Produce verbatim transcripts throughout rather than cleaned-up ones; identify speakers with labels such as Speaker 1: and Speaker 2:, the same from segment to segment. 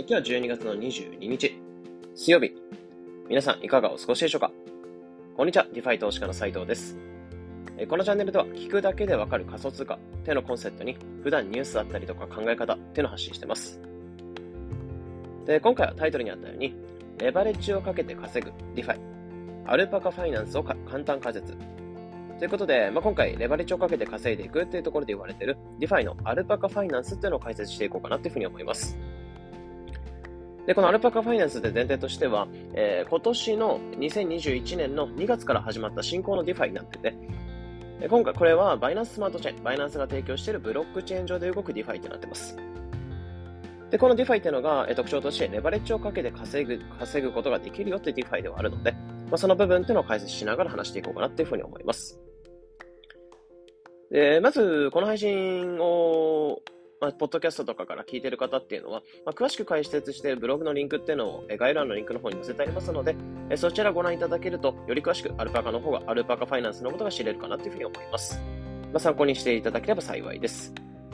Speaker 1: 日はじゅうにがつのにじゅうににち、水曜日。皆さんいかがお過ごしでしょうか？こんにちは、ディファイ投資家の斉藤です。このチャンネルでは聞くだけでわかる仮想通貨っていうのをコンセプトに普段ニュースだったりとか考え方っていうのを発信しています。で、今回はタイトルにあったように、レバレッジをかけて稼ぐ ディファイ、アルパカファイナンスを簡単解説。ということで、まあ、今回レバレッジをかけて稼いでいくっていうところで言われている ディファイ のアルパカファイナンスっていうのを解説していこうかなというふうに思います。で、このアルパカファイナンスで前提としては、えー、今年のにせんにじゅういちねんのにがつから始まった新興の ディファイ になってて、今回これはバイナンススマートチェーン、バイナンスが提供しているブロックチェーン上で動く ディファイ となっています。で、この ディファイ っていうのが、えー、特徴としてレバレッジをかけて稼ぐ、稼ぐことができるよっていう ディファイ ではあるので、まあ、その部分っていうのを解説しながら話していこうかなっていうふうに思います。で、まず、この配信を、まあ、ポッドキャストとかから聞いている方っていうのは、まあ、詳しく解説しているブログのリンクっていうのを概要欄のリンクの方に載せてありますので、そちらご覧いただけると、より詳しくアルパカの方が、アルパカファイナンスのことが知れるかなというふうに思います。まあ、参考にしていただければ幸いです。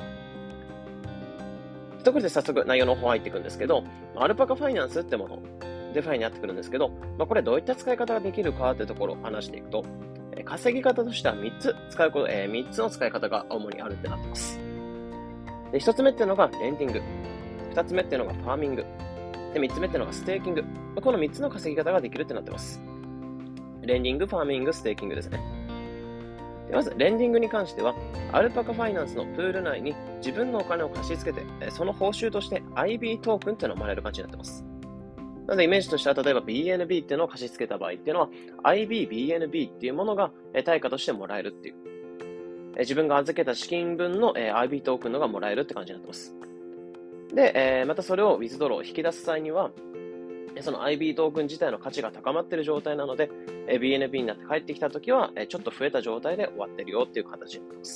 Speaker 1: ところで早速内容の方入っていくんですけど、アルパカファイナンスってもの、デファイになってくるんですけど、まあ、これどういった使い方ができるかっていうところを話していくと、稼ぎ方としてはみっつ使うこと、えー、みっつの使い方が主にあるってなってます。で、ひとつめっていうのがレンディング。ふたつめっていうのがファーミング。で、みっつめっていうのがステーキング。このみっつの稼ぎ方ができるってなってます。レンディング、ファーミング、ステーキングですね。で、まず、レンディングに関しては、アルパカファイナンスのプール内に自分のお金を貸し付けて、その報酬として アイビー トークンっていうのをもらえる感じになってます。なので、イメージとしては、例えば ビーエヌビー っていうのを貸し付けた場合っていうのは、アイビービーエヌビー っていうものが対価としてもらえるっていう。自分が預けた資金分の アイビー トークンのがもらえるって感じになってます。で、またそれをウィズドロー、引き出す際には、その アイビー トークン自体の価値が高まっている状態なので、ビーエヌビー になって帰ってきたときは、ちょっと増えた状態で終わってるよっていう形になってます。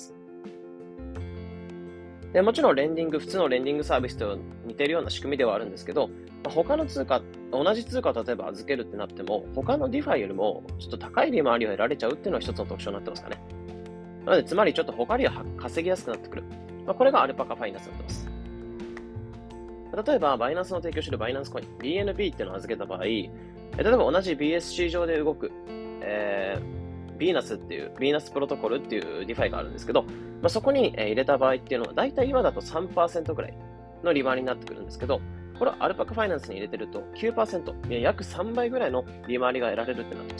Speaker 1: で、もちろんレンディング、普通のレンディングサービスと似ているような仕組みではあるんですけど、他の通貨、同じ通貨を例えば預けるってなっても、他の ディファイ よりもちょっと高い利回りを得られちゃうっていうのが一つの特徴になってますかね。なので、つまりちょっと他よりは稼ぎやすくなってくる。まあ、これがアルパカファイナンスになってます。例えば、バイナンスの提供しているバイナンスコイン、ビーエヌビー っていうのを預けた場合、例えば同じ ビーエスシー 上で動く、えー、ビーナスっていう、ビーナスプロトコルっていう ディファイ があるんですけど、まあ、そこに入れた場合っていうのは、だいたい今だと さんパーセント ぐらいの利回りになってくるんですけど、これはアルパカファイナンスに入れてると きゅうパーセント、いや約さんばいぐらいの利回りが得られるってなってます。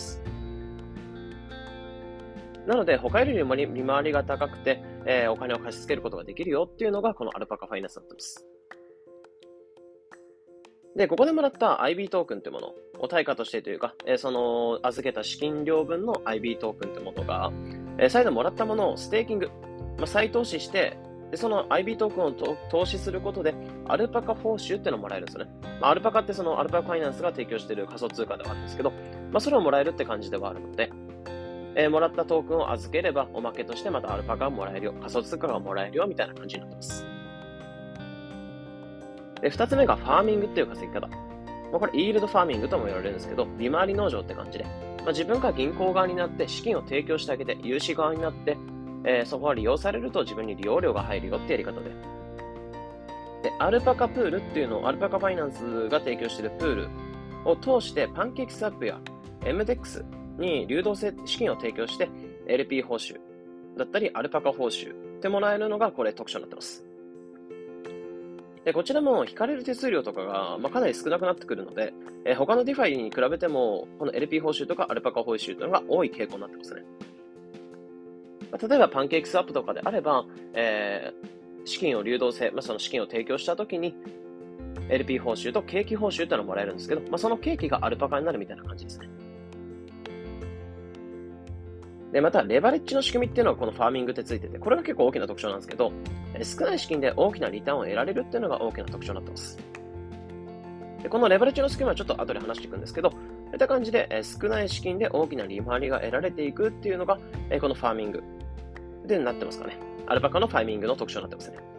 Speaker 1: なので、他より利回りが高くて、えー、お金を貸し付けることができるよっていうのが、このアルパカファイナンスになってます。で、ここでもらった アイビー トークンというものを対価としてというか、えー、その預けた資金量分の アイビー トークンというものが、えー、再度もらったものをステーキング、まあ、再投資して、でその アイビー トークンを投資することで、アルパカ報酬っていうのをもらえるんですよね。まあ、アルパカってそのアルパカファイナンスが提供している仮想通貨ではあるんですけど、まあ、それをもらえるって感じではあるので、えー、もらったトークンを預ければ、おまけとしてまたアルパカがもらえるよ、仮想通貨がもらえるよ、みたいな感じになってます。で、二つ目がファーミングっていう稼ぎ方。まあ、これ、イールドファーミングとも言われるんですけど、利回り農場って感じで、まあ、自分が銀行側になって資金を提供してあげて、融資側になって、えー、そこが利用されると自分に利用料が入るよってやり方で。で、アルパカプールっていうのを、アルパカファイナンスが提供しているプールを通して、パンケーキスワップや エムデックス に流動性資金を提供して、エルピー 報酬だったり、アルパカ報酬ってもらえるのが、これ特徴になってます。で、こちらも引かれる手数料とかが、まあ、かなり少なくなってくるので、えー、他の ディファイ に比べても、この エルピー 報酬とかアルパカ報酬というのが多い傾向になってますね。まあ、例えばパンケーキスワップとかであれば、えー、資金を流動性、まあ、その資金を提供したときに、エルピー 報酬と景気報酬というのをもらえるんですけど、まあ、その景気がアルパカになるみたいな感じですね。で、また、レバレッジの仕組みっていうのはこのファーミングってついてて、これが結構大きな特徴なんですけど、少ない資金で大きなリターンを得られるっていうのが大きな特徴になってます。で、このレバレッジの仕組みはちょっと後で話していくんですけど、こういった感じで少ない資金で大きな利回りが得られていくっていうのが、このファーミングでなってますかね。アルパカのファーミングの特徴になってますね。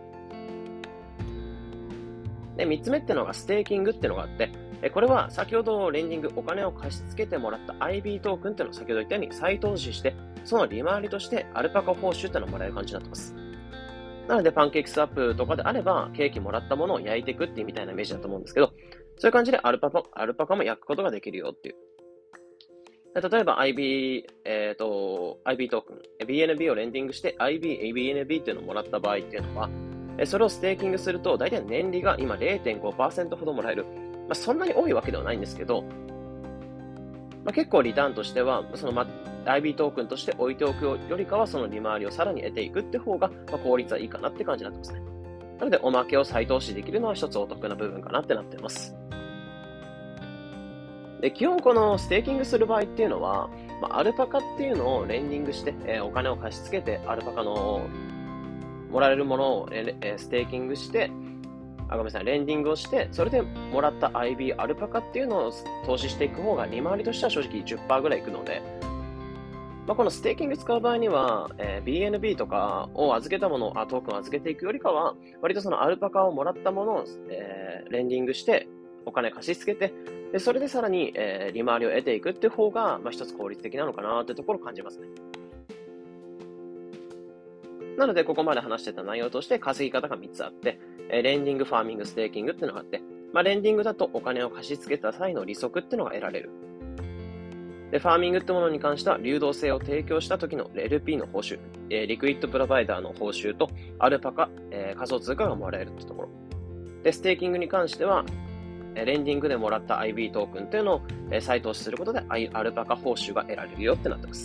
Speaker 1: で、三つ目っていうのがステーキングっていうのがあって、これは先ほどレンディング、お金を貸し付けてもらった アイビー トークンっていうのを先ほど言ったように再投資して、その利回りとしてアルパカ報酬っていうのをもらえる感じになってます。 なので、パンケーキスワップとかであれば、ケーキもらったものを焼いていくっていうみたいなイメージだと思うんですけど、そういう感じでアルパカ、アルパカも焼くことができるよっていう。例えば アイビー、えっ、ー、と、アイビー トークン、ビーエヌビー をレンディングして アイビー、エービーエヌビー っていうのをもらった場合っていうのは、それをステーキングすると、大体年利が今 れいてんごパーセント ほどもらえる。まあ、そんなに多いわけではないんですけど、まあ、結構リターンとしては、その、ま、アイビー トークンとして置いておくよりかは、その利回りをさらに得ていくって方が、まあ、効率はいいかなって感じになってますね。なので、おまけを再投資できるのは一つお得な部分かなってなっています。で、基本このステーキングする場合っていうのは、まあ、アルパカっていうのをレンディングして、えー、お金を貸し付けて、アルパカのもらえるものを、えー、ステーキングして、あ、ごめんなさい、レンディングをして、それでもらった アイビー アルパカっていうのを投資していく方が、利回りとしては正直 じゅっパーセント ぐらいいくので、まあ、このステーキング使う場合には、えー、ビーエヌビー とかを預けたものを、あ、トークンを預けていくよりかは、割とそのアルパカをもらったものを、えー、レンディングして、お金貸し付けて、でそれでさらに、えー、利回りを得ていくっていう方が、まあ、一つ効率的なのかなってところを感じますね。なので、ここまで話してた内容として稼ぎ方がみっつあって、えー、レンディング、ファーミング、ステーキングっていうのがあって、まあ、レンディングだとお金を貸し付けた際の利息っていうのが得られる。で、ファーミングってものに関しては、流動性を提供した時の エルピー の報酬、えー、リクイッドプロバイダーの報酬と、アルパカ、えー、仮想通貨がもらえるってところ。で、ステーキングに関しては、レンディングでもらった アイビー トークンというのを再投資することでアルパカ報酬が得られるよってなってます。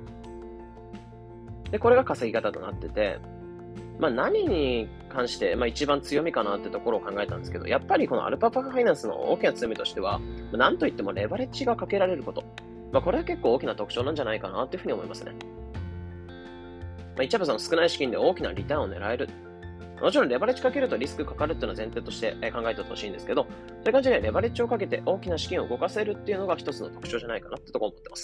Speaker 1: で、これが稼ぎ方となってて、まあ何に関して、まあ一番強みかなってところを考えたんですけど、やっぱりこのアルパカファイナンスの大きな強みとしては、なんといってもレバレッジがかけられること。まあこれは結構大きな特徴なんじゃないかなっていうふうに思いますね。まあ一応その少ない資金で大きなリターンを狙える。もちろんレバレッジかけるとリスクかかるっていうのは前提として考えておいてほしいんですけど、そういう感じでレバレッジをかけて大きな資金を動かせるっていうのが一つの特徴じゃないかなってところを思ってます。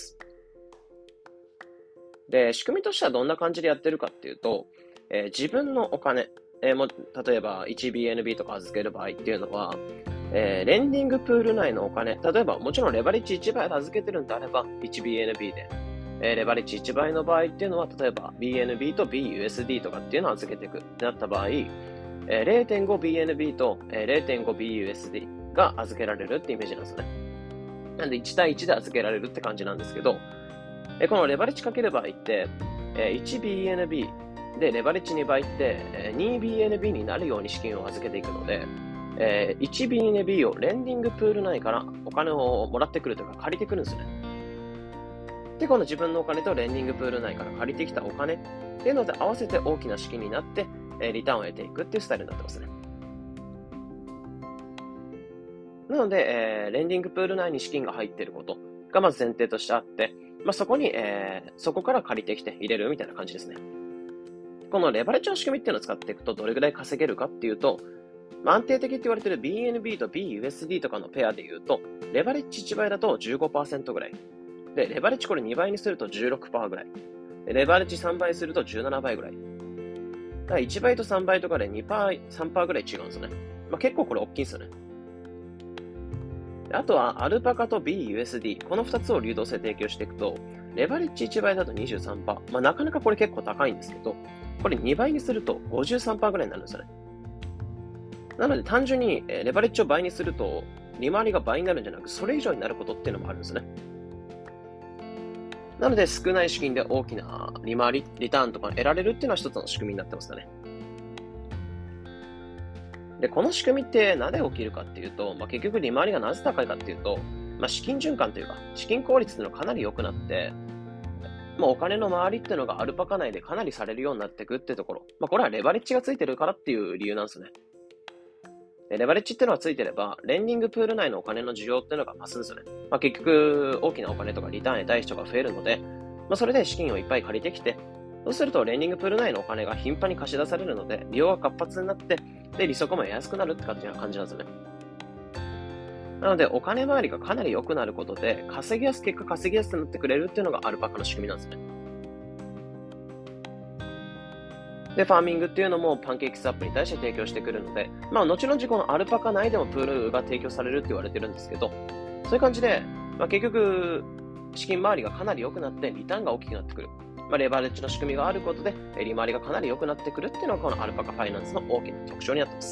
Speaker 1: で、仕組みとしてはどんな感じでやってるかっていうと、えー、自分のお金、えー、も例えば いちビーエヌビー とか預ける場合っていうのは、えー、レンディングプール内のお金、例えばもちろんレバレッジいちばいで預けてるんであれば いちビーエヌビー で、えー、レバレッジいちばいの場合っていうのは、例えば ビーエヌビー と ビーユーエスディー とかっていうのを預けていくってなった場合、えー、れいてんごビーエヌビー と、えー、れいてんごビーユーエスディー が預けられるってイメージなんですよね。なんでいち対いちで預けられるって感じなんですけど、えー、このレバレッジかける場合って、えー、いちビーエヌビー でレバレッジにばいって、えー、にビーエヌビー になるように資金を預けていくので、えー、いちビーエヌビー をレンディングプール内からお金をもらってくるというか借りてくるんですよね。で、この自分のお金とレンディングプール内から借りてきたお金っていうので合わせて大きな資金になって、えー、リターンを得ていくっていうスタイルになってますね。なので、えー、レンディングプール内に資金が入っていることがまず前提としてあって、まあ、そこに、えー、そこから借りてきて入れるみたいな感じですね。このレバレッジの仕組みっていうのを使っていくとどれぐらい稼げるかっていうと、まあ、安定的って言われている ビーエヌビー と ビーユーエスディー とかのペアで言うと、レバレッジいちばいだと じゅうごパーセント ぐらい。で、レバレッジこれにばいにすると じゅうろくパーセント ぐらい。で、レバレッジさんばいにするとじゅうななばいぐらい。だからいちばいとさんばいとかで にパーセント、さんパーセント ぐらい違うんですよね。まあ、結構これ大きいんですよね。あとは、アルパカと ビーユーエスディー、このふたつを流動性提供していくと、レバレッジいちばいだと にじゅうさんパーセント。まあ、なかなかこれ結構高いんですけど、これにばいにすると ごじゅうさんパーセント ぐらいになるんですよね。なので単純にレバレッジを倍にすると、利回りが倍になるんじゃなく、それ以上になることっていうのもあるんですね。なので少ない資金で大きな利回り、リターンとか得られるっていうのは一つの仕組みになってますかね。で、この仕組みってなぜ起きるかっていうと、まあ、結局利回りがなぜ高いかっていうと、まあ、資金循環というか、資金効率っていうのがかなり良くなって、まあ、お金の回りっていうのがアルパカ内でかなりされるようになっていくっていうところ。まあ、これはレバレッジがついてるからっていう理由なんですね。レバレッジっていうのがついてれば、レンディングプール内のお金の需要っていうのが増すんですよね。まあ、結局、大きなお金とかリターン得たい人が増えるので、まあ、それで資金をいっぱい借りてきて、そうすると、レンディングプール内のお金が頻繁に貸し出されるので、利用が活発になって、で、利息も安くなるって感じな感じなんですよね。なので、お金回りがかなり良くなることで、稼ぎやす、結果稼ぎやすくなってくれるっていうのがアルパカの仕組みなんですね。で、ファーミングっていうのもパンケーキスワップに対して提供してくるので、まあ、後々このアルパカ内でもプールが提供されるって言われてるんですけど、そういう感じで、まあ、結局、資金回りがかなり良くなって、リターンが大きくなってくる。 まあ、レバレッジの仕組みがあることで、利回りがかなり良くなってくるっていうのがこのアルパカファイナンスの大きな特徴になっています。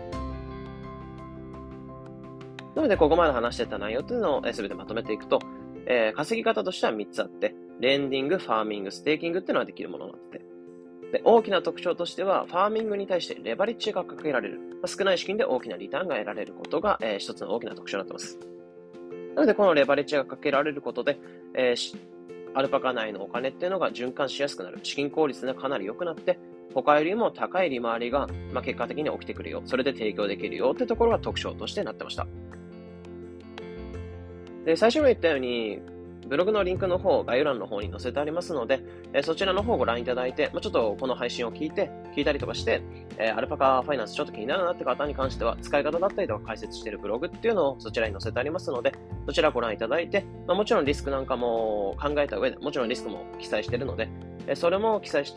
Speaker 1: なので、ここまで話してた内容というのを全てまとめていくと、えー、稼ぎ方としてはみっつあって、レンディング、ファーミング、ステーキングっていうのができるものになってて、で大きな特徴としては、ファーミングに対してレバレッジがかけられる、まあ、少ない資金で大きなリターンが得られることが、えー、一つの大きな特徴になっています。なので、このレバレッジがかけられることで、えー、アルパカ内のお金っていうのが循環しやすくなる、資金効率がかなり良くなって、他よりも高い利回りが、まあ、結果的に起きてくるよ、それで提供できるよってところが特徴としてなってました。で最初に言ったように、ブログのリンクの方、概要欄の方に載せてありますので、えー、そちらの方をご覧いただいて、まあ、ちょっとこの配信を聞いて、聞いたりとかして、えー、アルパカファイナンスちょっと気になるなって方に関しては、使い方だったりとか解説しているブログっていうのをそちらに載せてありますので、そちらをご覧いただいて、まあ、もちろんリスクなんかも考えた上で、もちろんリスクも記載しているので、えー、それも記載して、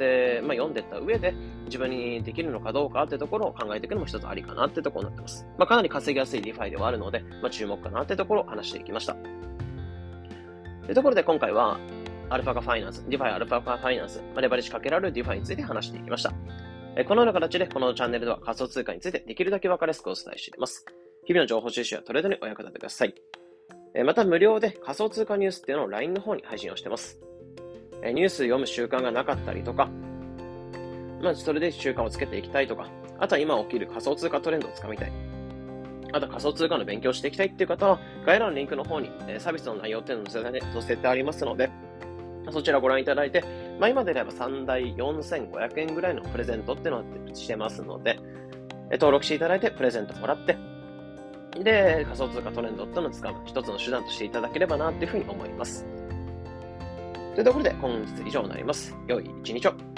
Speaker 1: まあ、読んでいった上で、自分にできるのかどうかってところを考えていくのも一つありかなってところになっています。まあ、かなり稼ぎやすいディファイではあるので、まあ、注目かなってところを話していきました。というところで今回はアルパカファイナンス、ディファイアルパカファイナンス、レバレッジかけられるディファイについて話していきました。このような形でこのチャンネルでは仮想通貨についてできるだけ分かりやすくお伝えしています。日々の情報収集やトレードにお役立てください。また無料で仮想通貨ニュースっていうのを ライン の方に配信をしています。ニュース読む習慣がなかったりとか、まあ、それで習慣をつけていきたいとか、あとは今起きる仮想通貨トレンドをつかみたい。あと仮想通貨の勉強していきたいっていう方は、概要欄のリンクの方にサービスの内容っていうのを載せて、載せてありますので、そちらをご覧いただいて、まあ、今であれば最大よんせんごひゃくえんぐらいのプレゼントっていうのをしてますので、登録していただいてプレゼントもらって、で、仮想通貨トレンドっていうのをつかむ一つの手段としていただければなっていうふうに思います。というところで本日以上になります。良い一日を。